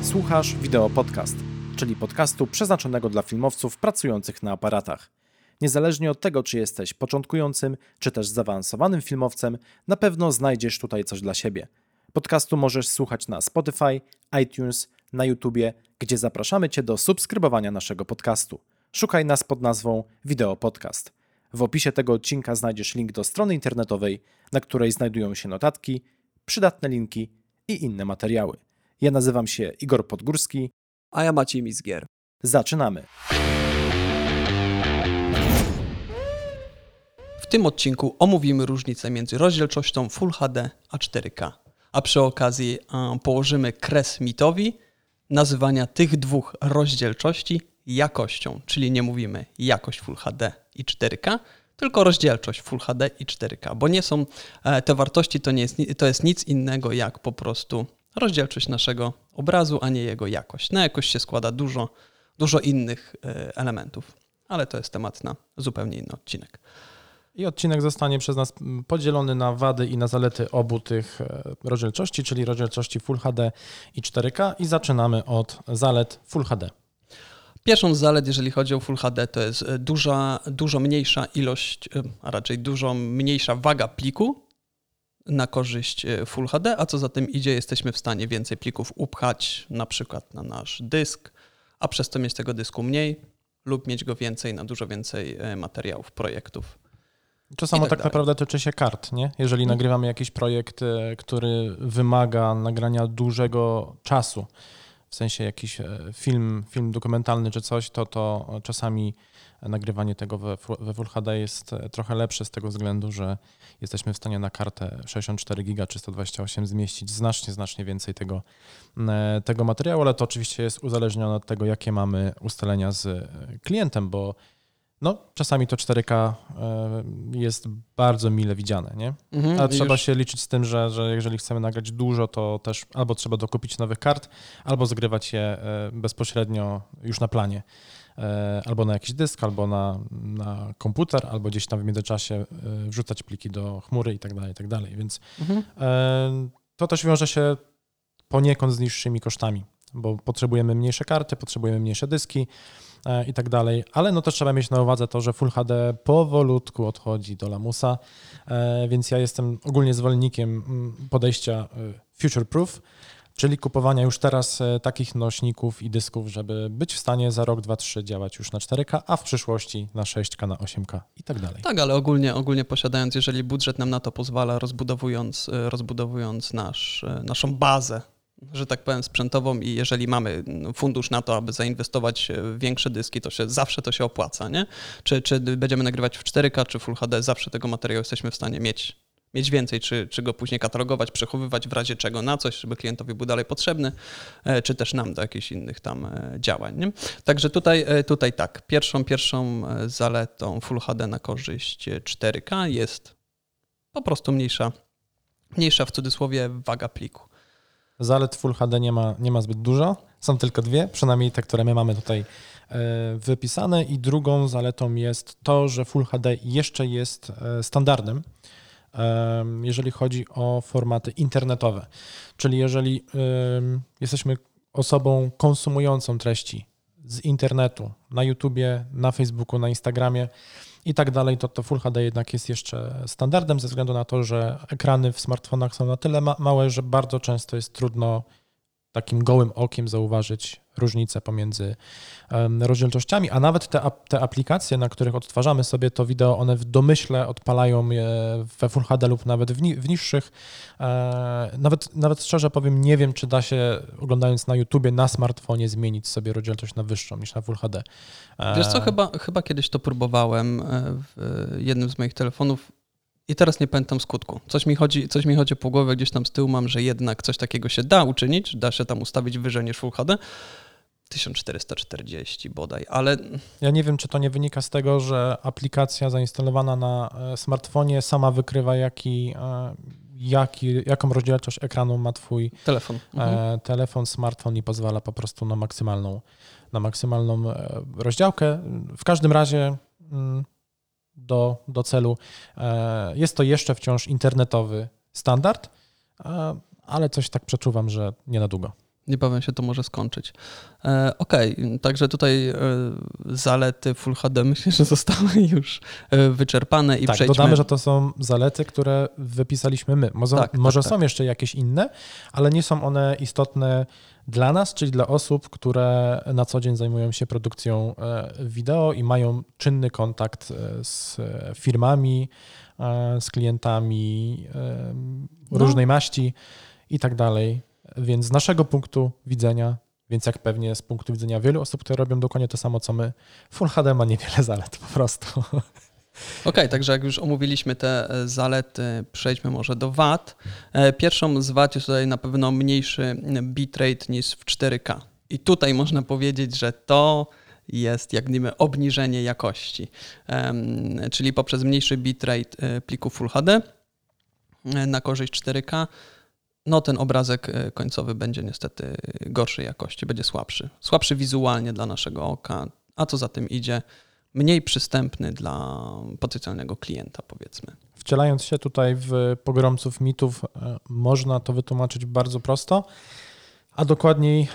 Słuchasz Wideo Podcast, czyli podcastu przeznaczonego dla filmowców pracujących na aparatach. Niezależnie od tego, czy jesteś początkującym, czy też zaawansowanym filmowcem, na pewno znajdziesz tutaj coś dla siebie. Podcastu możesz słuchać na Spotify, iTunes, na YouTubie, gdzie zapraszamy Cię do subskrybowania naszego podcastu. Szukaj nas pod nazwą Wideo Podcast. W opisie tego odcinka znajdziesz link do strony internetowej, na której znajdują się notatki, przydatne linki i inne materiały. Ja nazywam się Igor Podgórski. A ja Maciej Mizgier. Zaczynamy. W tym odcinku omówimy różnicę między rozdzielczością Full HD a 4K. A przy okazji położymy kres mitowi nazywania tych dwóch rozdzielczości jakością. Czyli nie mówimy jakość Full HD i 4K, tylko rozdzielczość Full HD i 4K. Bo nie są te wartości, to jest nic innego jak po prostu rozdzielczość naszego obrazu, a nie jego jakość. Na jakość się składa dużo innych elementów, ale to jest temat na zupełnie inny odcinek. I odcinek zostanie przez nas podzielony na wady i na zalety obu tych rozdzielczości, czyli rozdzielczości Full HD i 4K i zaczynamy od zalet Full HD. Pierwszą z zalet, jeżeli chodzi o Full HD, to jest dużo mniejsza ilość, a raczej dużo mniejsza waga pliku na korzyść Full HD, a co za tym idzie, jesteśmy w stanie więcej plików upchać na przykład na nasz dysk, a przez to mieć tego dysku mniej lub mieć go więcej na dużo więcej materiałów, projektów. To samo tak naprawdę tyczy się kart, nie? Jeżeli nagrywamy jakiś projekt, który wymaga nagrania dużego czasu, w sensie jakiś film dokumentalny czy coś, to czasami nagrywanie tego we Full HD jest trochę lepsze z tego względu, że jesteśmy w stanie na kartę 64 GB czy 128 zmieścić znacznie więcej tego materiału, ale to oczywiście jest uzależnione od tego, jakie mamy ustalenia z klientem, bo czasami to 4K jest bardzo mile widziane, nie? Ale trzeba się liczyć z tym, że jeżeli chcemy nagrać dużo, to też albo trzeba dokupić nowych kart, albo zgrywać je bezpośrednio już na planie. Albo na jakiś dysk, albo na komputer, albo gdzieś tam w międzyczasie wrzucać pliki do chmury i tak dalej. Więc to też wiąże się poniekąd z niższymi kosztami, bo potrzebujemy mniejsze karty, potrzebujemy mniejsze dyski i tak dalej, ale też trzeba mieć na uwadze to, że Full HD powolutku odchodzi do lamusa, więc ja jestem ogólnie zwolennikiem podejścia future proof, czyli kupowania już teraz takich nośników i dysków, żeby być w stanie za rok, 2, 3 działać już na 4K, a w przyszłości na 6K, na 8K i tak dalej. Tak, ale ogólnie posiadając, jeżeli budżet nam na to pozwala, rozbudowując naszą bazę, że tak powiem, sprzętową i jeżeli mamy fundusz na to, aby zainwestować w większe dyski, to zawsze to się opłaca, nie? Czy będziemy nagrywać w 4K, czy Full HD, zawsze tego materiału jesteśmy w stanie mieć więcej, czy go później katalogować, przechowywać w razie czego na coś, żeby klientowi był dalej potrzebny, czy też nam do jakichś innych tam działań. Nie? Także tutaj tak, pierwszą zaletą Full HD na korzyść 4K jest po prostu mniejsza w cudzysłowie waga pliku. Zalet Full HD nie ma zbyt dużo, są tylko dwie, przynajmniej te, które my mamy tutaj wypisane i drugą zaletą jest to, że Full HD jeszcze jest standardem, jeżeli chodzi o formaty internetowe. Czyli jeżeli jesteśmy osobą konsumującą treści z internetu, na YouTubie, na Facebooku, na Instagramie i tak dalej, to Full HD jednak jest jeszcze standardem ze względu na to, że ekrany w smartfonach są na tyle małe, że bardzo często jest trudno takim gołym okiem zauważyć różnicę pomiędzy rozdzielczościami, a nawet te aplikacje, na których odtwarzamy sobie to wideo, one w domyśle odpalają je we Full HD lub nawet w niższych. Nawet szczerze powiem, nie wiem, czy da się, oglądając na YouTubie, na smartfonie zmienić sobie rozdzielczość na wyższą niż na Full HD. Wiesz co, chyba kiedyś to próbowałem w jednym z moich telefonów. I teraz nie pamiętam skutku. Coś mi chodzi po głowie, gdzieś tam z tyłu mam, że jednak coś takiego się da uczynić, da się tam ustawić wyżej niż Full HD. 1440 bodaj, ale... Ja nie wiem, czy to nie wynika z tego, że aplikacja zainstalowana na smartfonie sama wykrywa, jaką rozdzielczość ekranu ma twój telefon, smartfon i pozwala po prostu na maksymalną rozdziałkę. W każdym razie... Do celu. Jest to jeszcze wciąż internetowy standard, ale coś tak przeczuwam, że nie na długo. Niebawem się to może skończyć. Okej, także tutaj zalety Full HD myślę, że zostały już wyczerpane i tak, przejdźmy... dodamy, że to są zalety, które wypisaliśmy my. Może są jeszcze jakieś inne, ale nie są one istotne dla nas, czyli dla osób, które na co dzień zajmują się produkcją wideo i mają czynny kontakt z firmami, z klientami różnej maści i tak dalej. Więc z naszego punktu widzenia, więc jak pewnie z punktu widzenia wielu osób, które robią dokładnie to samo, co my, Full HD ma niewiele zalet po prostu. Okej, także jak już omówiliśmy te zalety, przejdźmy może do wad. Pierwszą z wad jest tutaj na pewno mniejszy bitrate niż w 4K. I tutaj można powiedzieć, że to jest jak gdyby obniżenie jakości, czyli poprzez mniejszy bitrate pliku Full HD na korzyść 4K, no ten obrazek końcowy będzie niestety gorszej jakości, będzie słabszy. Słabszy wizualnie dla naszego oka, a co za tym idzie, mniej przystępny dla potencjalnego klienta, powiedzmy. Wcielając się tutaj w pogromców mitów, można to wytłumaczyć bardzo prosto, a dokładniej,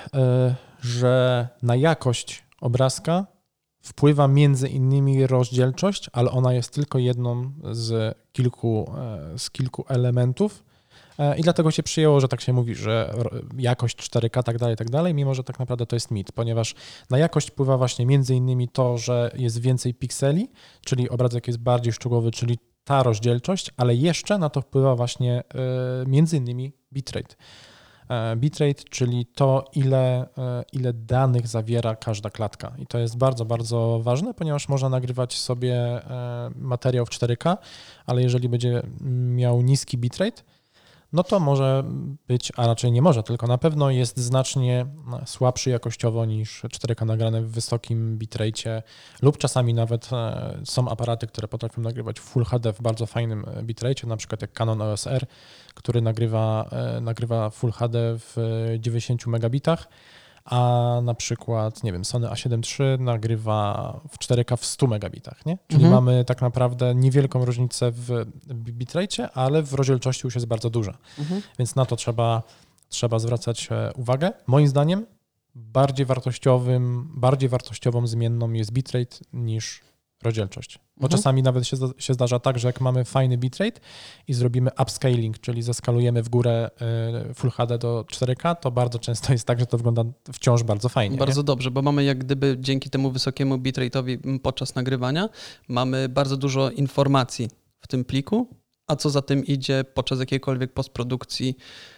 że na jakość obrazka wpływa między innymi rozdzielczość, ale ona jest tylko jedną z kilku elementów. I dlatego się przyjęło, że tak się mówi, że jakość 4K, tak dalej, mimo że tak naprawdę to jest mit, ponieważ na jakość wpływa właśnie między innymi to, że jest więcej pikseli, czyli obrazek jest bardziej szczegółowy, czyli ta rozdzielczość, ale jeszcze na to wpływa właśnie między innymi bitrate. Bitrate, czyli to, ile danych zawiera każda klatka. I to jest bardzo, bardzo ważne, ponieważ można nagrywać sobie materiał w 4K, ale jeżeli będzie miał niski bitrate, no to może być, a raczej nie może, tylko na pewno jest znacznie słabszy jakościowo niż 4K nagrane w wysokim bitracie lub czasami nawet są aparaty, które potrafią nagrywać Full HD w bardzo fajnym bitracie, na przykład jak Canon EOS R, który nagrywa Full HD w 90 megabitach, a na przykład, nie wiem, Sony A7 III nagrywa w 4K w 100 megabitach, nie? Czyli mamy tak naprawdę niewielką różnicę w bitrate, ale w rozdzielczości już jest bardzo duża. Więc na to trzeba zwracać uwagę. Moim zdaniem bardziej wartościową zmienną jest bitrate niż rozdzielczość. Bo czasami nawet się zdarza tak, że jak mamy fajny bitrate i zrobimy upscaling, czyli zeskalujemy w górę Full HD do 4K, to bardzo często jest tak, że to wygląda wciąż bardzo fajnie. Bardzo dobrze, bo mamy jak gdyby dzięki temu wysokiemu bitrate'owi podczas nagrywania mamy bardzo dużo informacji w tym pliku, a co za tym idzie podczas jakiejkolwiek postprodukcji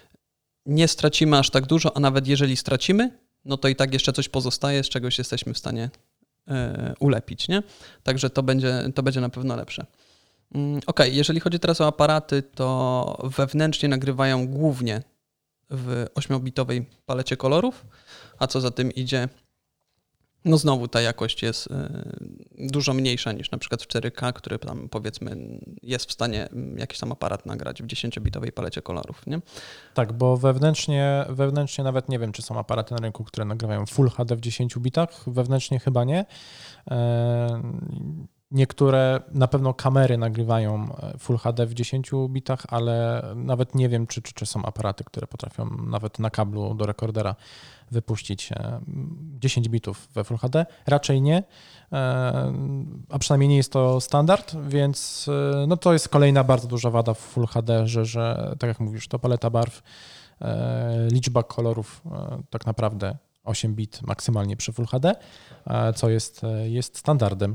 nie stracimy aż tak dużo, a nawet jeżeli stracimy, no to i tak jeszcze coś pozostaje, z czegoś jesteśmy w stanie ulepić, nie? Także to będzie na pewno lepsze. Okej, jeżeli chodzi teraz o aparaty, to wewnętrznie nagrywają głównie w 8-bitowej palecie kolorów, a co za tym idzie, no znowu ta jakość jest dużo mniejsza niż na przykład w 4K, który tam powiedzmy jest w stanie jakiś tam aparat nagrać w 10-bitowej palecie kolorów, nie? Tak, bo wewnętrznie nawet nie wiem, czy są aparaty na rynku, które nagrywają Full HD w 10 bitach, wewnętrznie chyba nie. Niektóre, na pewno kamery nagrywają Full HD w 10 bitach, ale nawet nie wiem, czy są aparaty, które potrafią nawet na kablu do rekordera wypuścić 10 bitów we Full HD. Raczej nie, a przynajmniej nie jest to standard, więc no to jest kolejna bardzo duża wada w Full HD, że tak jak mówisz, to paleta barw, liczba kolorów tak naprawdę 8 bit maksymalnie przy Full HD, co jest standardem.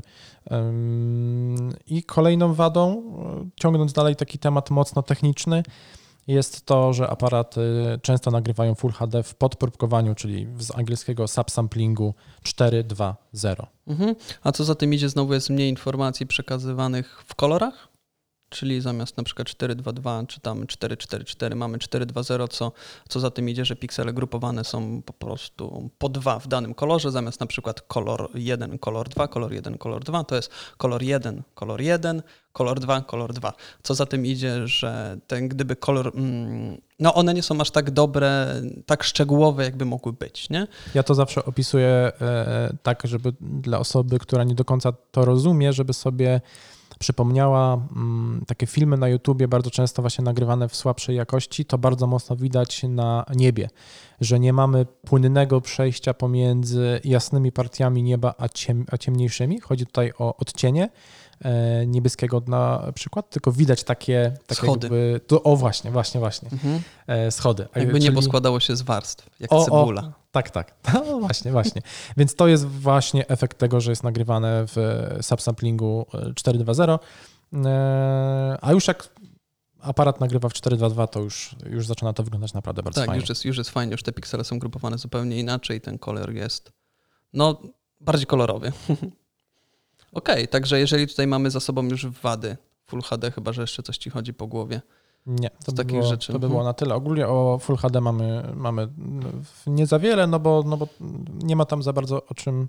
I kolejną wadą, ciągnąc dalej taki temat mocno techniczny, jest to, że aparaty często nagrywają Full HD w podpróbkowaniu, czyli z angielskiego subsamplingu 4:2:0. A co za tym idzie, znowu jest mniej informacji przekazywanych w kolorach? Czyli zamiast na przykład 4:2:2 czy tam 4:4:4 mamy 4:2:0, co za tym idzie, że piksele grupowane są po prostu po 2 w danym kolorze, zamiast na przykład kolor 1, kolor 2, kolor 1, kolor 2, to jest kolor 1, kolor 1, kolor 2, kolor 2. Co za tym idzie, że gdyby kolor... No one nie są aż tak dobre, tak szczegółowe, jakby mogły być, nie? Ja to zawsze opisuję tak, żeby dla osoby, która nie do końca to rozumie, żeby sobie przypomniała takie filmy na YouTubie, bardzo często właśnie nagrywane w słabszej jakości, to bardzo mocno widać na niebie, że nie mamy płynnego przejścia pomiędzy jasnymi partiami nieba a ciemniejszymi. Chodzi tutaj o odcienie niebieskiego na przykład, tylko widać takie schody. Właśnie. Schody. Jakby niebo składało się z warstw, jak cebula. Tak. No właśnie. Więc to jest właśnie efekt tego, że jest nagrywane w subsamplingu 4.2.0, a już jak aparat nagrywa w 4.2.2, to już zaczyna to wyglądać naprawdę bardzo fajnie. Tak, już jest fajnie, już te piksele są grupowane zupełnie inaczej, ten kolor jest bardziej kolorowy. Okej, także jeżeli tutaj mamy za sobą już wady Full HD, chyba że jeszcze coś ci chodzi po głowie. Nie, takich rzeczy. To by było na tyle. Ogólnie o Full HD mamy nie za wiele, no bo nie ma tam za bardzo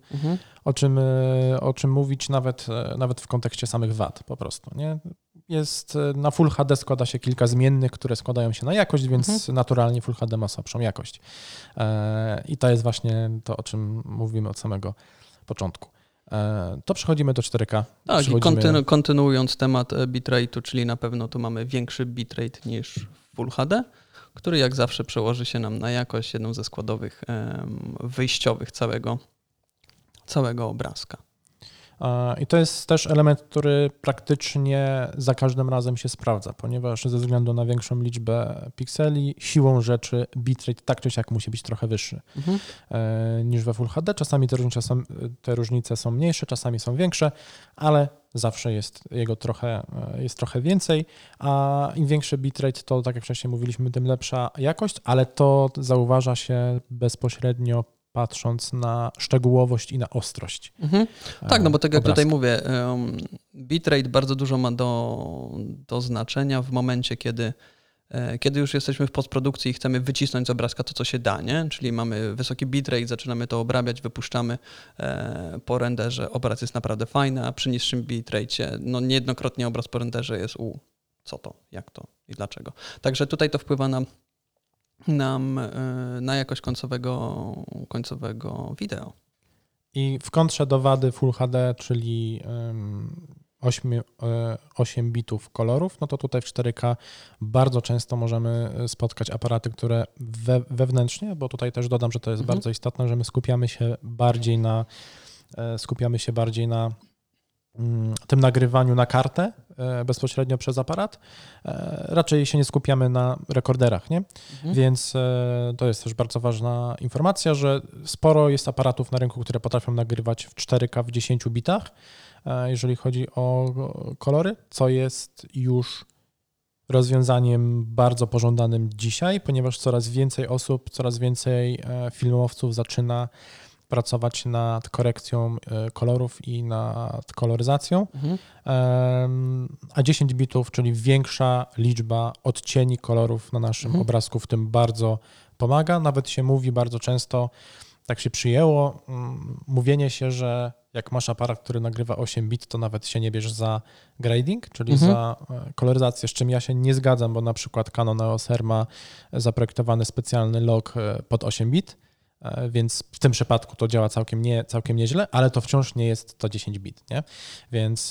o czym mówić, nawet w kontekście samych wad po prostu. Nie? Na Full HD składa się kilka zmiennych, które składają się na jakość, więc naturalnie Full HD ma słabszą jakość. I to jest właśnie to, o czym mówimy od samego początku. To przechodzimy do 4K. Tak, i kontynuując temat bitrate'u, czyli na pewno tu mamy większy bitrate niż Full HD, który jak zawsze przełoży się nam na jakość, jedną ze składowych wyjściowych całego obrazka. I to jest też element, który praktycznie za każdym razem się sprawdza, ponieważ ze względu na większą liczbę pikseli, siłą rzeczy bitrate tak czy siak musi być trochę wyższy niż we Full HD. Czasami te różnice są mniejsze, czasami są większe, ale zawsze jest trochę więcej, a im większy bitrate, to tak jak wcześniej mówiliśmy, tym lepsza jakość, ale to zauważa się bezpośrednio patrząc na szczegółowość i na ostrość. Tak, no bo tak jak tutaj mówię, bitrate bardzo dużo ma do znaczenia w momencie, kiedy już jesteśmy w postprodukcji i chcemy wycisnąć z obrazka to, co się da, nie? Czyli mamy wysoki bitrate, zaczynamy to obrabiać, wypuszczamy po renderze, obraz jest naprawdę fajny, a przy niższym bitrate'cie, niejednokrotnie obraz po renderze jest co to, jak to i dlaczego. Także tutaj to wpływa na jakość końcowego wideo. I w kontrze do wady Full HD, czyli 8 bitów kolorów, no to tutaj w 4K bardzo często możemy spotkać aparaty, które wewnętrznie, bo tutaj też dodam, że to jest bardzo istotne, że my skupiamy się bardziej na tym nagrywaniu na kartę bezpośrednio przez aparat. Raczej się nie skupiamy na rekorderach, nie? Więc to jest też bardzo ważna informacja, że sporo jest aparatów na rynku, które potrafią nagrywać w 4K w 10 bitach, jeżeli chodzi o kolory, co jest już rozwiązaniem bardzo pożądanym dzisiaj, ponieważ coraz więcej osób, coraz więcej filmowców zaczyna pracować nad korekcją kolorów i nad koloryzacją, a 10 bitów, czyli większa liczba odcieni kolorów na naszym obrazku w tym bardzo pomaga. Nawet się mówi bardzo często, tak się przyjęło, mówienie się, że jak masz aparat, który nagrywa 8 bit, to nawet się nie bierz za grading, czyli za koloryzację, z czym ja się nie zgadzam, bo na przykład Canon EOS R ma zaprojektowany specjalny log pod 8 bit, więc w tym przypadku to działa całkiem nieźle, ale to wciąż nie jest to 10 bit, nie? Więc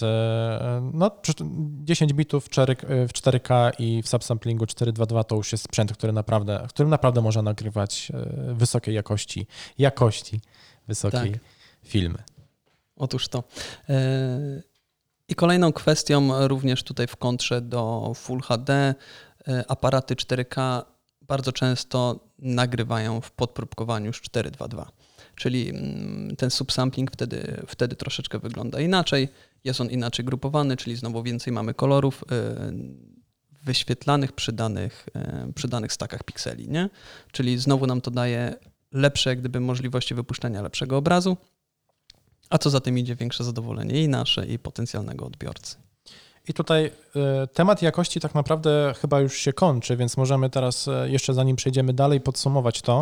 10 bitów w 4K i w subsamplingu 4.2.2 to już jest sprzęt, którym naprawdę można nagrywać wysokiej jakości wysokiej filmy. Otóż to. I kolejną kwestią również tutaj w kontrze do Full HD aparaty 4K bardzo często nagrywają w podpróbkowaniu już 4.2.2, czyli ten subsampling wtedy troszeczkę wygląda inaczej, jest on inaczej grupowany, czyli znowu więcej mamy kolorów wyświetlanych przy danych stakach pikseli, nie? Czyli znowu nam to daje lepsze jak gdyby możliwości wypuszczenia lepszego obrazu, a co za tym idzie większe zadowolenie i nasze, i potencjalnego odbiorcy. I tutaj temat jakości tak naprawdę chyba już się kończy, więc możemy teraz jeszcze zanim przejdziemy dalej podsumować to,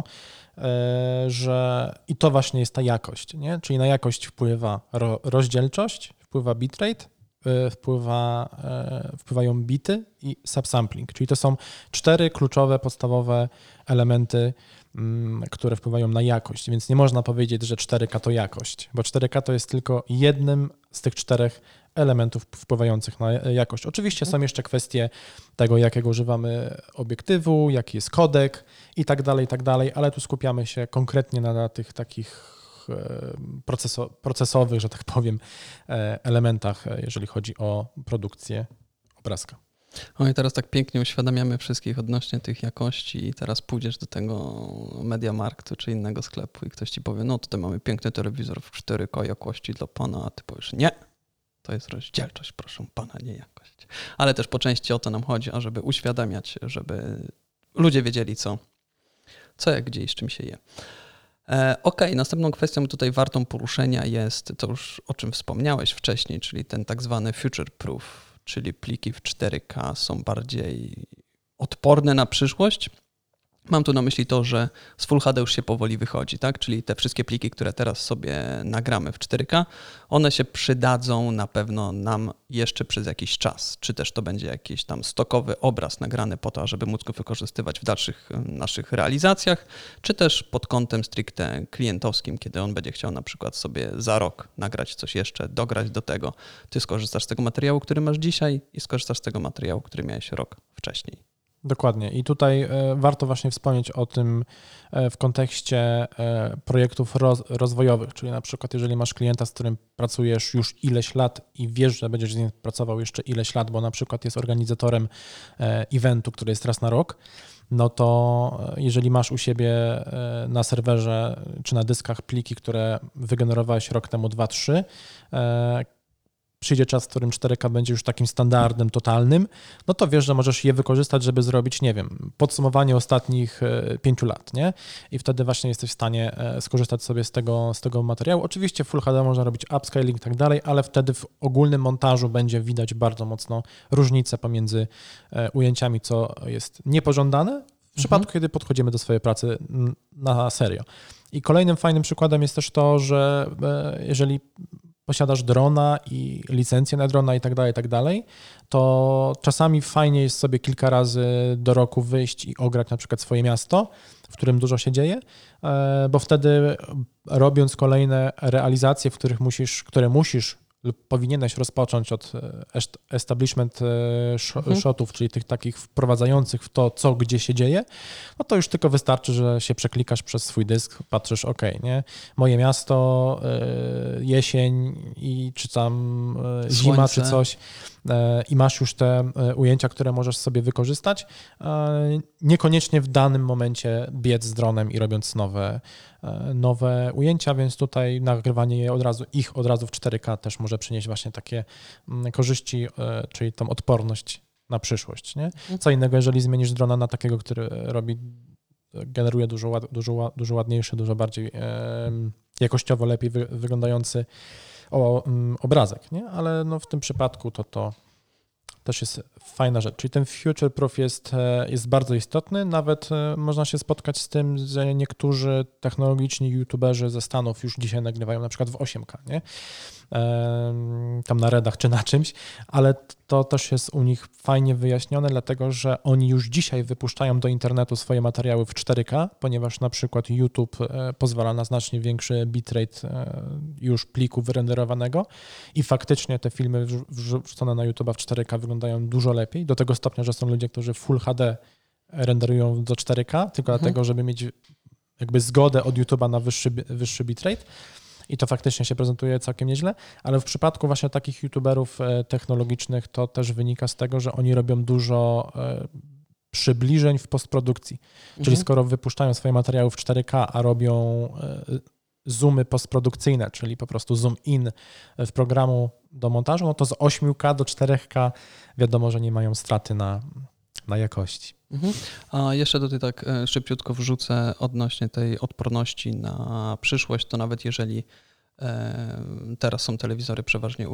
że i to właśnie jest ta jakość, nie? Czyli na jakość wpływa rozdzielczość, wpływa bitrate, wpływają bity i subsampling, czyli to są 4 kluczowe, podstawowe elementy, które wpływają na jakość, więc nie można powiedzieć, że 4K to jakość, bo 4K to jest tylko jednym z tych 4 elementów wpływających na jakość. Oczywiście są jeszcze kwestie tego, jakiego używamy obiektywu, jaki jest kodek i tak dalej, ale tu skupiamy się konkretnie na tych takich procesowych, że tak powiem, elementach, jeżeli chodzi o produkcję obrazka. No i teraz tak pięknie uświadamiamy wszystkich odnośnie tych jakości i teraz pójdziesz do tego MediaMarktu czy innego sklepu i ktoś ci powie, no tutaj mamy piękny telewizor w 4K jakości dla pana, a ty powiesz, nie, to jest rozdzielczość, proszę pana, nie jakość. Ale też po części o to nam chodzi, ażeby uświadamiać, żeby ludzie wiedzieli co jak, gdzie i z czym się je. Okej, następną kwestią tutaj wartą poruszenia jest to już, o czym wspomniałeś wcześniej, czyli ten tak zwany future proof, czyli pliki w 4K są bardziej odporne na przyszłość. Mam tu na myśli to, że z Full HD już się powoli wychodzi, tak? Czyli te wszystkie pliki, które teraz sobie nagramy w 4K, one się przydadzą na pewno nam jeszcze przez jakiś czas. Czy też to będzie jakiś tam stokowy obraz nagrany po to, żeby móc go wykorzystywać w dalszych naszych realizacjach, czy też pod kątem stricte klientowskim, kiedy on będzie chciał na przykład sobie za rok nagrać coś jeszcze, dograć do tego. Ty skorzystasz z tego materiału, który masz dzisiaj i skorzystasz z tego materiału, który miałeś rok wcześniej. Dokładnie. I tutaj warto właśnie wspomnieć o tym w kontekście projektów rozwojowych, czyli na przykład jeżeli masz klienta, z którym pracujesz już ileś lat i wiesz, że będziesz z nim pracował jeszcze ileś lat, bo na przykład jest organizatorem eventu, który jest raz na rok, no to jeżeli masz u siebie na serwerze czy na dyskach pliki, które wygenerowałeś rok temu 2-3, przyjdzie czas, w którym 4K będzie już takim standardem totalnym, no to wiesz, że możesz je wykorzystać, żeby zrobić, nie wiem, podsumowanie ostatnich 5 lat, nie? I wtedy właśnie jesteś w stanie skorzystać sobie z tego materiału. Oczywiście w Full HD można robić upscaling i tak dalej, ale wtedy w ogólnym montażu będzie widać bardzo mocno różnicę pomiędzy ujęciami, co jest niepożądane w przypadku, kiedy podchodzimy do swojej pracy na serio. I kolejnym fajnym przykładem jest też to, że jeżeli posiadasz drona i licencję na drona i tak dalej, to czasami fajnie jest sobie kilka razy do roku wyjść i ograć na przykład swoje miasto, w którym dużo się dzieje, bo wtedy robiąc kolejne realizacje, które musisz lub powinieneś rozpocząć od establishment shotów, czyli tych takich wprowadzających w to, co gdzie się dzieje, no to już tylko wystarczy, że się przeklikasz przez swój dysk, patrzysz, nie, moje miasto, jesień i czy tam zima, Słońce. czy coś i masz już te ujęcia, które możesz sobie wykorzystać, niekoniecznie w danym momencie biec z dronem i robiąc nowe ujęcia, więc tutaj nagrywanie ich od razu w 4K też może przynieść właśnie takie korzyści, czyli tą odporność na przyszłość. Nie? Co innego, jeżeli zmienisz drona na takiego, który generuje dużo ładniejszy, dużo bardziej jakościowo lepiej wyglądający obrazek, nie? Ale no w tym przypadku to też jest fajna rzecz. Czyli ten future proof jest bardzo istotny. Nawet można się spotkać z tym, że niektórzy technologiczni youtuberzy ze Stanów już dzisiaj nagrywają na przykład w 8K, nie? Tam na Redach czy na czymś, ale to też jest u nich fajnie wyjaśnione, dlatego że oni już dzisiaj wypuszczają do internetu swoje materiały w 4K, ponieważ na przykład YouTube pozwala na znacznie większy bitrate już pliku wyrenderowanego i faktycznie te filmy wrzucone na YouTube'a w 4K wyglądają dużo lepiej, do tego stopnia, że są ludzie, którzy Full HD renderują do 4K, tylko dlatego, żeby mieć jakby zgodę od YouTube'a na wyższy bitrate. I to faktycznie się prezentuje całkiem nieźle, ale w przypadku właśnie takich youtuberów technologicznych to też wynika z tego, że oni robią dużo przybliżeń w postprodukcji. Czyli skoro wypuszczają swoje materiały w 4K, a robią zoomy postprodukcyjne, czyli po prostu zoom in w programu do montażu, no to z 8K do 4K wiadomo, że nie mają straty na jakości. A jeszcze tutaj tak szybciutko wrzucę odnośnie tej odporności na przyszłość, to nawet jeżeli teraz są telewizory przeważnie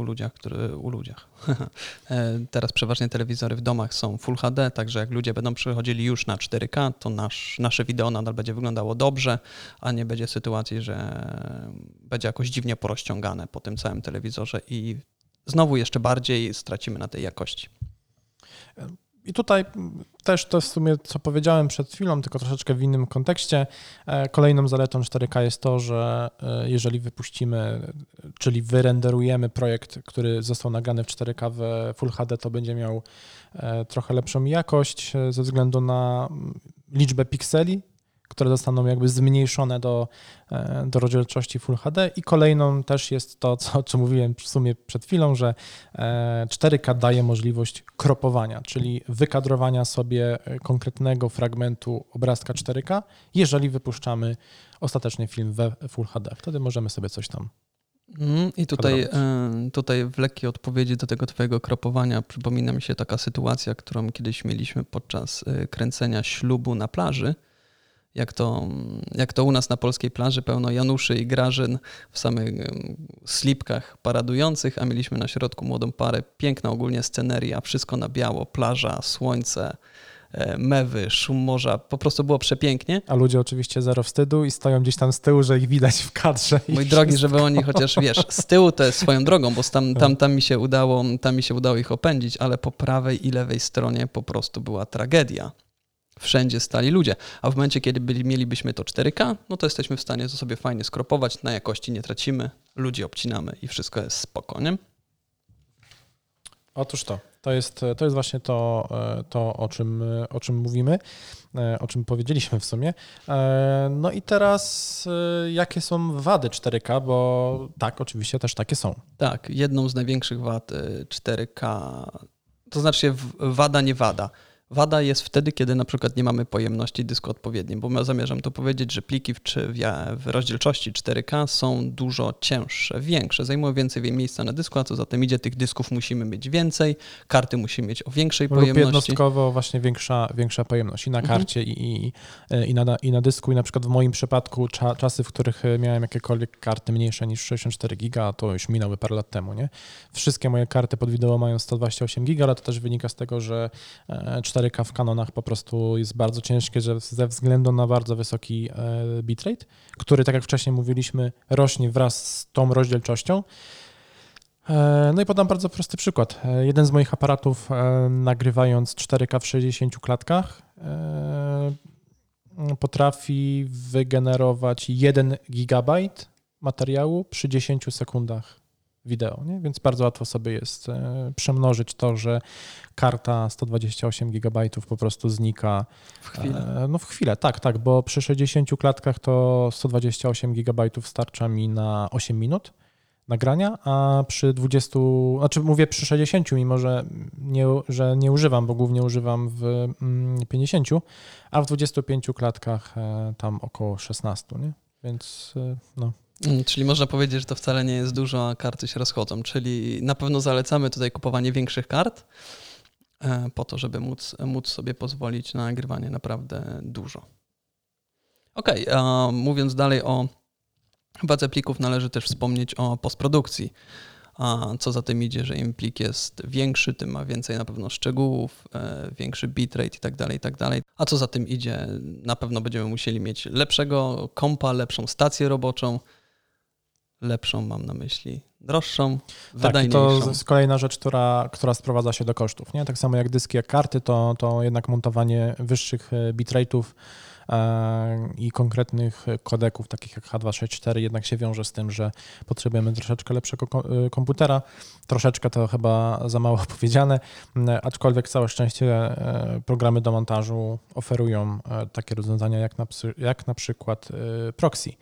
teraz przeważnie telewizory w domach są Full HD, także jak ludzie będą przechodzili już na 4K, to nasze wideo nadal będzie wyglądało dobrze, a nie będzie sytuacji, że będzie jakoś dziwnie porozciągane po tym całym telewizorze i znowu jeszcze bardziej stracimy na tej jakości. I tutaj też to w sumie, co powiedziałem przed chwilą, tylko troszeczkę w innym kontekście. Kolejną zaletą 4K jest to, że jeżeli wypuścimy, czyli wyrenderujemy projekt, który został nagrany w 4K w Full HD, to będzie miał trochę lepszą jakość ze względu na liczbę pikseli, które zostaną jakby zmniejszone do rozdzielczości Full HD. I kolejną też jest to, o czym mówiłem w sumie przed chwilą, że 4K daje możliwość kropowania, czyli wykadrowania sobie konkretnego fragmentu obrazka 4K, jeżeli wypuszczamy ostateczny film we Full HD. Wtedy możemy sobie coś tam I tutaj w lekkiej odpowiedzi do tego twojego kropowania przypomina mi się taka sytuacja, którą kiedyś mieliśmy podczas kręcenia ślubu na plaży. Jak to u nas na polskiej plaży, pełno Januszy i Grażyn w samych slipkach paradujących, a mieliśmy na środku młodą parę. Piękna ogólnie sceneria, wszystko na biało, plaża, słońce, mewy, szum morza, po prostu było przepięknie. A ludzie oczywiście zero wstydu i stoją gdzieś tam z tyłu, że ich widać w kadrze. Mój drogi, żeby oni chociaż, z tyłu to jest swoją drogą, bo tam mi się udało ich opędzić, ale po prawej i lewej stronie po prostu była tragedia. Wszędzie stali ludzie, a w momencie, kiedy mielibyśmy to 4K, no to jesteśmy w stanie to sobie fajnie skropować, na jakości nie tracimy, ludzi obcinamy i wszystko jest spoko, nie? Otóż to jest właśnie to o czym mówimy, o czym powiedzieliśmy w sumie. No i teraz jakie są wady 4K, bo tak, oczywiście też takie są. Tak, jedną z największych wad 4K, to znaczy wada, nie wada. Wada jest wtedy, kiedy na przykład nie mamy pojemności dysku odpowiedniej, bo ja zamierzam tu powiedzieć, że pliki w rozdzielczości 4K są dużo cięższe, większe, zajmują więcej miejsca na dysku, a co za tym idzie, tych dysków musimy mieć więcej, karty musimy mieć o większej pojemności. Lub jednostkowo właśnie większa pojemność i na karcie i na dysku i na przykład w moim przypadku czasy, w których miałem jakiekolwiek karty mniejsze niż 64 giga, to już minęły parę lat temu, nie? Wszystkie moje karty pod wideo mają 128 giga, ale to też wynika z tego, że 4K w kanonach po prostu jest bardzo ciężkie, że ze względu na bardzo wysoki bitrate, który, tak jak wcześniej mówiliśmy, rośnie wraz z tą rozdzielczością. No i podam bardzo prosty przykład. Jeden z moich aparatów, nagrywając 4K w 60 klatkach, potrafi wygenerować 1 gigabajt materiału przy 10 sekundach wideo, nie? Więc bardzo łatwo sobie jest przemnożyć to, że karta 128 GB po prostu znika w chwilę. No w chwilę, tak, bo przy 60 klatkach to 128 GB starcza mi na 8 minut nagrania, a przy 20, znaczy mówię przy 60, mimo że nie używam, bo głównie używam w 50, a w 25 klatkach tam około 16, nie? Więc no. Czyli można powiedzieć, że to wcale nie jest dużo, a karty się rozchodzą. Czyli na pewno zalecamy tutaj kupowanie większych kart po to, żeby móc sobie pozwolić na nagrywanie naprawdę dużo. Okej, mówiąc dalej o wadze plików, należy też wspomnieć o postprodukcji. A co za tym idzie, że im plik jest większy, tym ma więcej na pewno szczegółów, większy bitrate i tak dalej. A co za tym idzie, na pewno będziemy musieli mieć lepszego kompa, lepszą stację roboczą, lepszą mam na myśli, droższą, wydajniejszą. Tak, to jest kolejna rzecz, która sprowadza się do kosztów, nie? Tak samo jak dyski, jak karty, to jednak montowanie wyższych bitrate'ów i konkretnych kodeków, takich jak H264, jednak się wiąże z tym, że potrzebujemy troszeczkę lepszego komputera. Troszeczkę to chyba za mało powiedziane, aczkolwiek całe szczęście programy do montażu oferują takie rozwiązania jak na przykład proxy.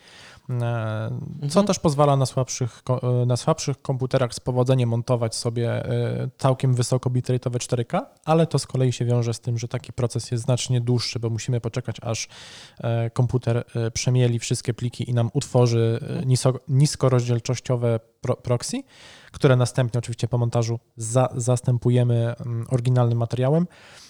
Co też pozwala na słabszych komputerach z powodzeniem montować sobie całkiem wysoko bitrate'owe 4K, ale to z kolei się wiąże z tym, że taki proces jest znacznie dłuższy, bo musimy poczekać, aż komputer przemieli wszystkie pliki i nam utworzy niskorozdzielczościowe proxy, które następnie oczywiście po montażu zastępujemy oryginalnym materiałem.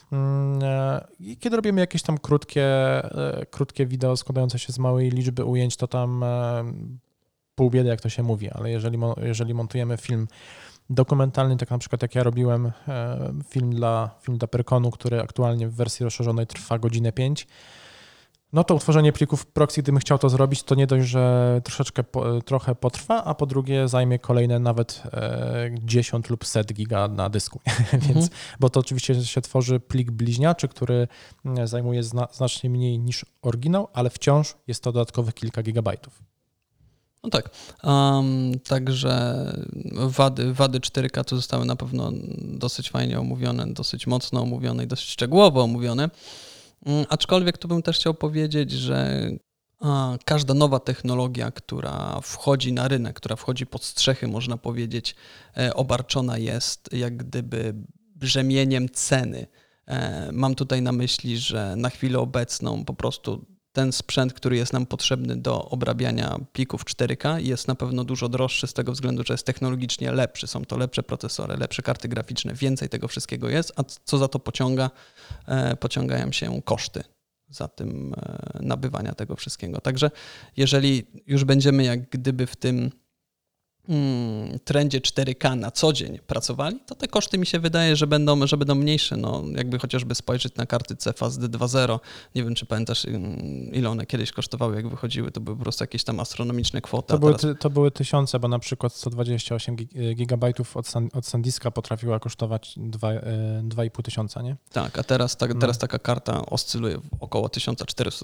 I kiedy robimy jakieś tam krótkie wideo składające się z małej liczby ujęć, to tam pół biedy, jak to się mówi, ale jeżeli montujemy film dokumentalny, tak na przykład jak ja robiłem film dla Pyrkonu, który aktualnie w wersji rozszerzonej trwa godzinę 5, No to utworzenie plików proxy, gdybym chciał to zrobić, to nie dość, że trochę potrwa, a po drugie zajmie kolejne nawet 10 lub 100 giga na dysku. Więc, bo to oczywiście się tworzy plik bliźniaczy, który zajmuje znacznie mniej niż oryginał, ale wciąż jest to dodatkowych kilka gigabajtów. No tak, także wady 4K to zostały na pewno dosyć fajnie omówione, dosyć mocno omówione i dosyć szczegółowo omówione. Aczkolwiek tu bym też chciał powiedzieć, że każda nowa technologia, która wchodzi na rynek, która wchodzi pod strzechy, można powiedzieć, obarczona jest jak gdyby brzemieniem ceny. Mam tutaj na myśli, że na chwilę obecną po prostu ten sprzęt, który jest nam potrzebny do obrabiania plików 4K jest na pewno dużo droższy z tego względu, że jest technologicznie lepszy. Są to lepsze procesory, lepsze karty graficzne, więcej tego wszystkiego jest, a co za to pociąga? Pociągają się koszty za tym nabywania tego wszystkiego. Także jeżeli już będziemy jak gdyby w tym trendzie 4K na co dzień pracowali, to te koszty mi się wydaje, że będą mniejsze. No, jakby chociażby spojrzeć na karty CFast 2.0. Nie wiem, czy pamiętasz, ile one kiedyś kosztowały, jak wychodziły. To były po prostu jakieś tam astronomiczne kwoty. To były tysiące, bo na przykład 128 gigabajtów od SanDiska potrafiła kosztować 2,5 tysiąca, nie? Tak, a teraz taka karta oscyluje w około 1400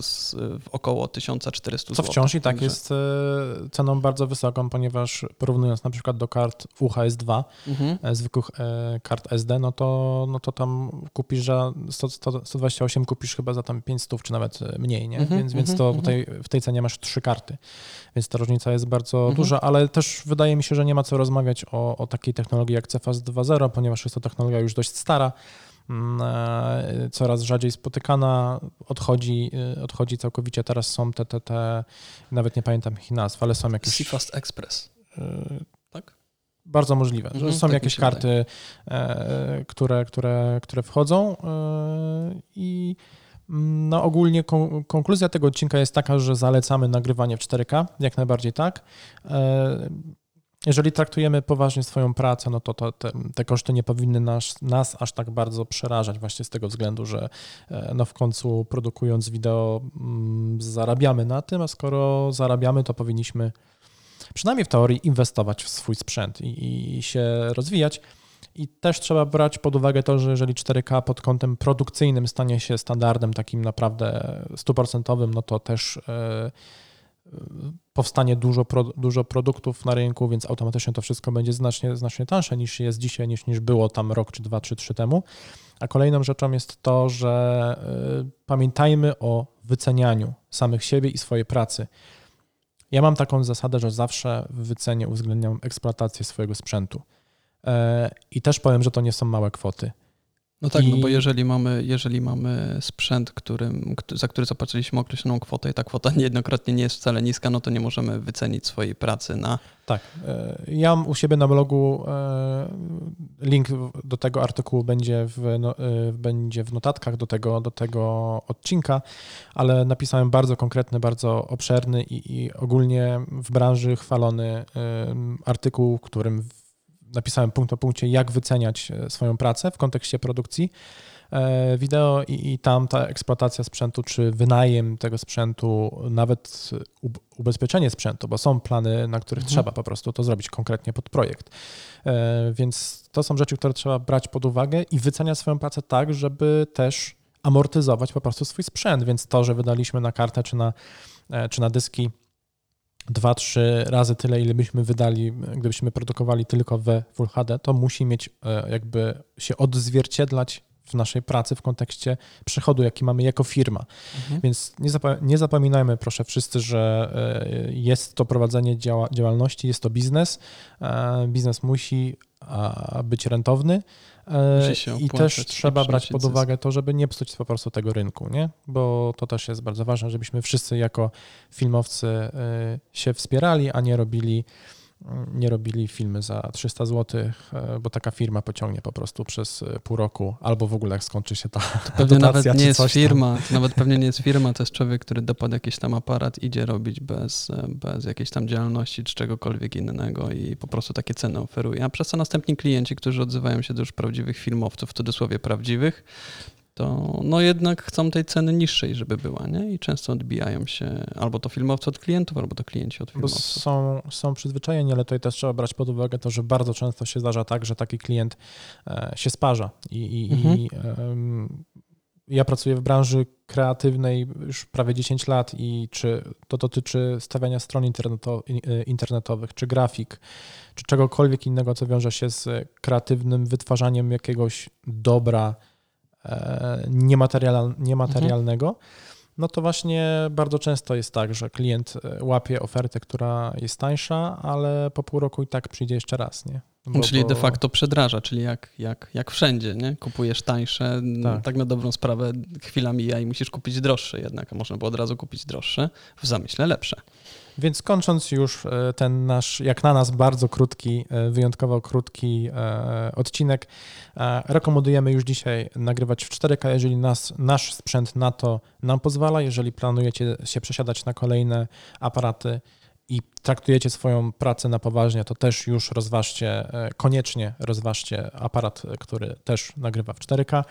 Co zł. wciąż i tak jest ceną bardzo wysoką, ponieważ porównując na przykład do kart UHS-2, zwykłych kart SD, no to tam kupisz za 128 kupisz chyba za tam 500 czy nawet mniej, nie? Więc to tutaj w tej cenie masz 3 karty, więc ta różnica jest bardzo duża, ale też wydaje mi się, że nie ma co rozmawiać o takiej technologii jak CFast 2.0, ponieważ jest to technologia już dość stara, coraz rzadziej spotykana, odchodzi całkowicie. Teraz są te nawet nie pamiętam ich nazw, ale są jakieś... CFast Express. Tak? Bardzo możliwe, że są tak jakieś karty, które wchodzą i no ogólnie konkluzja tego odcinka jest taka, że zalecamy nagrywanie w 4K, jak najbardziej tak. Jeżeli traktujemy poważnie swoją pracę, no to te koszty nie powinny nas aż tak bardzo przerażać właśnie z tego względu, że no w końcu produkując wideo zarabiamy na tym, a skoro zarabiamy, to powinniśmy przynajmniej w teorii inwestować w swój sprzęt i się rozwijać. I też trzeba brać pod uwagę to, że jeżeli 4K pod kątem produkcyjnym stanie się standardem takim naprawdę 100%, no to też powstanie dużo produktów na rynku, więc automatycznie to wszystko będzie znacznie tańsze niż jest dzisiaj, niż było tam rok, czy 2, czy 3 temu. A kolejną rzeczą jest to, że pamiętajmy o wycenianiu samych siebie i swojej pracy. Ja mam taką zasadę, że zawsze w wycenie uwzględniam eksploatację swojego sprzętu. I też powiem, że to nie są małe kwoty. No tak, no bo jeżeli mamy sprzęt, za który zapłaciliśmy określoną kwotę i ta kwota niejednokrotnie nie jest wcale niska, no to nie możemy wycenić swojej pracy na... Tak. Ja u siebie na blogu link do tego artykułu będzie w notatkach do tego odcinka, ale napisałem bardzo konkretny, bardzo obszerny i ogólnie w branży chwalony artykuł, w którym napisałem punkt po punkcie, jak wyceniać swoją pracę w kontekście produkcji wideo i tam ta eksploatacja sprzętu, czy wynajem tego sprzętu, nawet ubezpieczenie sprzętu, bo są plany, na których trzeba po prostu to zrobić konkretnie pod projekt. Więc to są rzeczy, które trzeba brać pod uwagę i wyceniać swoją pracę tak, żeby też amortyzować po prostu swój sprzęt, więc to, że wydaliśmy na kartę czy na dyski 2-3 razy tyle, ile byśmy wydali, gdybyśmy produkowali tylko we Full HD, to musi mieć jakby się odzwierciedlać w naszej pracy w kontekście przychodu, jaki mamy jako firma. Więc nie zapominajmy, proszę wszyscy, że jest to prowadzenie działalności, jest to biznes. Biznes musi być rentowny i też trzeba brać pod uwagę to, żeby nie psuć po prostu tego rynku, nie? Bo to też jest bardzo ważne, żebyśmy wszyscy jako filmowcy się wspierali, a nie robili filmy za 300 zł, bo taka firma pociągnie po prostu przez pół roku, albo w ogóle jak skończy się ta pewnie dotacja, nawet nie jest firma, tam. to nawet pewnie nie jest firma, to jest człowiek, który dopadł jakiś tam aparat, idzie robić bez jakiejś tam działalności czy czegokolwiek innego i po prostu takie ceny oferuje. A przez to następni klienci, którzy odzywają się do już prawdziwych filmowców, w cudzysłowie prawdziwych, to no jednak chcą tej ceny niższej, żeby była, nie? I często odbijają się albo to filmowcy od klientów, albo to klienci od Bo filmowców. są przyzwyczajeni, ale tutaj też trzeba brać pod uwagę to, że bardzo często się zdarza tak, że taki klient się sparza i ja pracuję w branży kreatywnej już prawie 10 lat i czy to dotyczy stawiania stron internetowych, czy grafik, czy czegokolwiek innego, co wiąże się z kreatywnym wytwarzaniem jakiegoś dobra niematerialnego, no to właśnie bardzo często jest tak, że klient łapie ofertę, która jest tańsza, ale po pół roku i tak przyjdzie jeszcze raz, nie? Czyli de facto przedraża, czyli jak wszędzie, nie? Kupujesz tańsze, tak na dobrą sprawę chwila mija i musisz kupić droższe jednak, a można było od razu kupić droższe, w zamyśle lepsze. Więc kończąc już ten nasz, jak na nas, bardzo krótki, wyjątkowo krótki odcinek, rekomendujemy już dzisiaj nagrywać w 4K, jeżeli nasz sprzęt na to nam pozwala. Jeżeli planujecie się przesiadać na kolejne aparaty i traktujecie swoją pracę na poważnie, to też już koniecznie rozważcie aparat, który też nagrywa w 4K.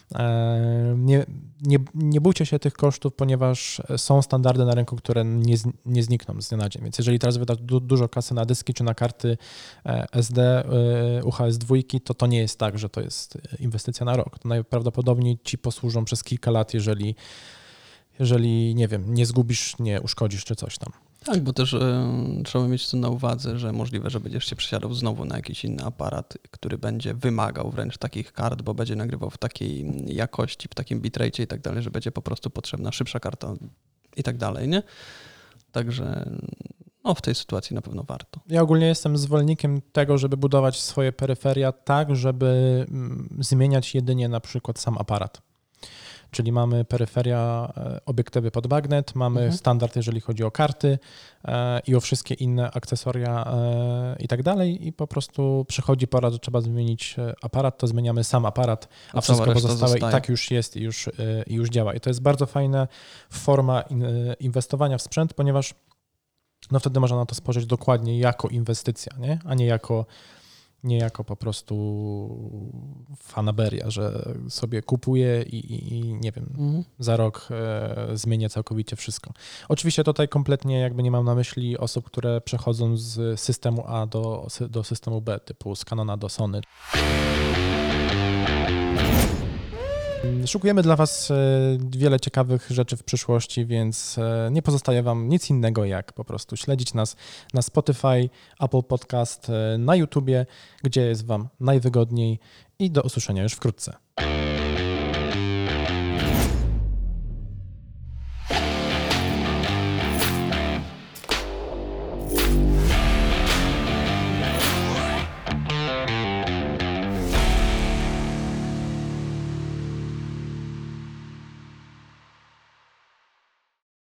Nie bójcie się tych kosztów, ponieważ są standardy na rynku, które nie znikną z dnia na dzień. Więc jeżeli teraz wydasz dużo kasy na dyski czy na karty SD, UHS-2, to nie jest tak, że to jest inwestycja na rok. To najprawdopodobniej ci posłużą przez kilka lat, jeżeli nie wiem, nie zgubisz, nie uszkodzisz czy coś tam. Tak, bo też trzeba mieć to na uwadze, że możliwe, że będziesz się przesiadał znowu na jakiś inny aparat, który będzie wymagał wręcz takich kart, bo będzie nagrywał w takiej jakości, w takim bitrate i tak dalej, że będzie po prostu potrzebna szybsza karta i tak dalej, nie? Także w tej sytuacji na pewno warto. Ja ogólnie jestem zwolennikiem tego, żeby budować swoje peryferia tak, żeby zmieniać jedynie na przykład sam aparat. Czyli mamy peryferia, obiektywy pod magnet, mamy standard, jeżeli chodzi o karty i o wszystkie inne akcesoria i tak dalej i po prostu przychodzi pora, że trzeba zmienić aparat, to zmieniamy sam aparat, a wszystko pozostałe i tak już jest i już działa. I to jest bardzo fajna forma inwestowania w sprzęt, ponieważ wtedy można na to spojrzeć dokładnie jako inwestycja, nie? A nie jako po prostu fanaberia, że sobie kupuję i nie wiem, za rok zmienię całkowicie wszystko. Oczywiście tutaj kompletnie jakby nie mam na myśli osób, które przechodzą z systemu A do systemu B, typu z Canona do Sony. Szykujemy dla Was wiele ciekawych rzeczy w przyszłości, więc nie pozostaje Wam nic innego, jak po prostu śledzić nas na Spotify, Apple Podcast, na YouTubie, gdzie jest Wam najwygodniej i do usłyszenia już wkrótce.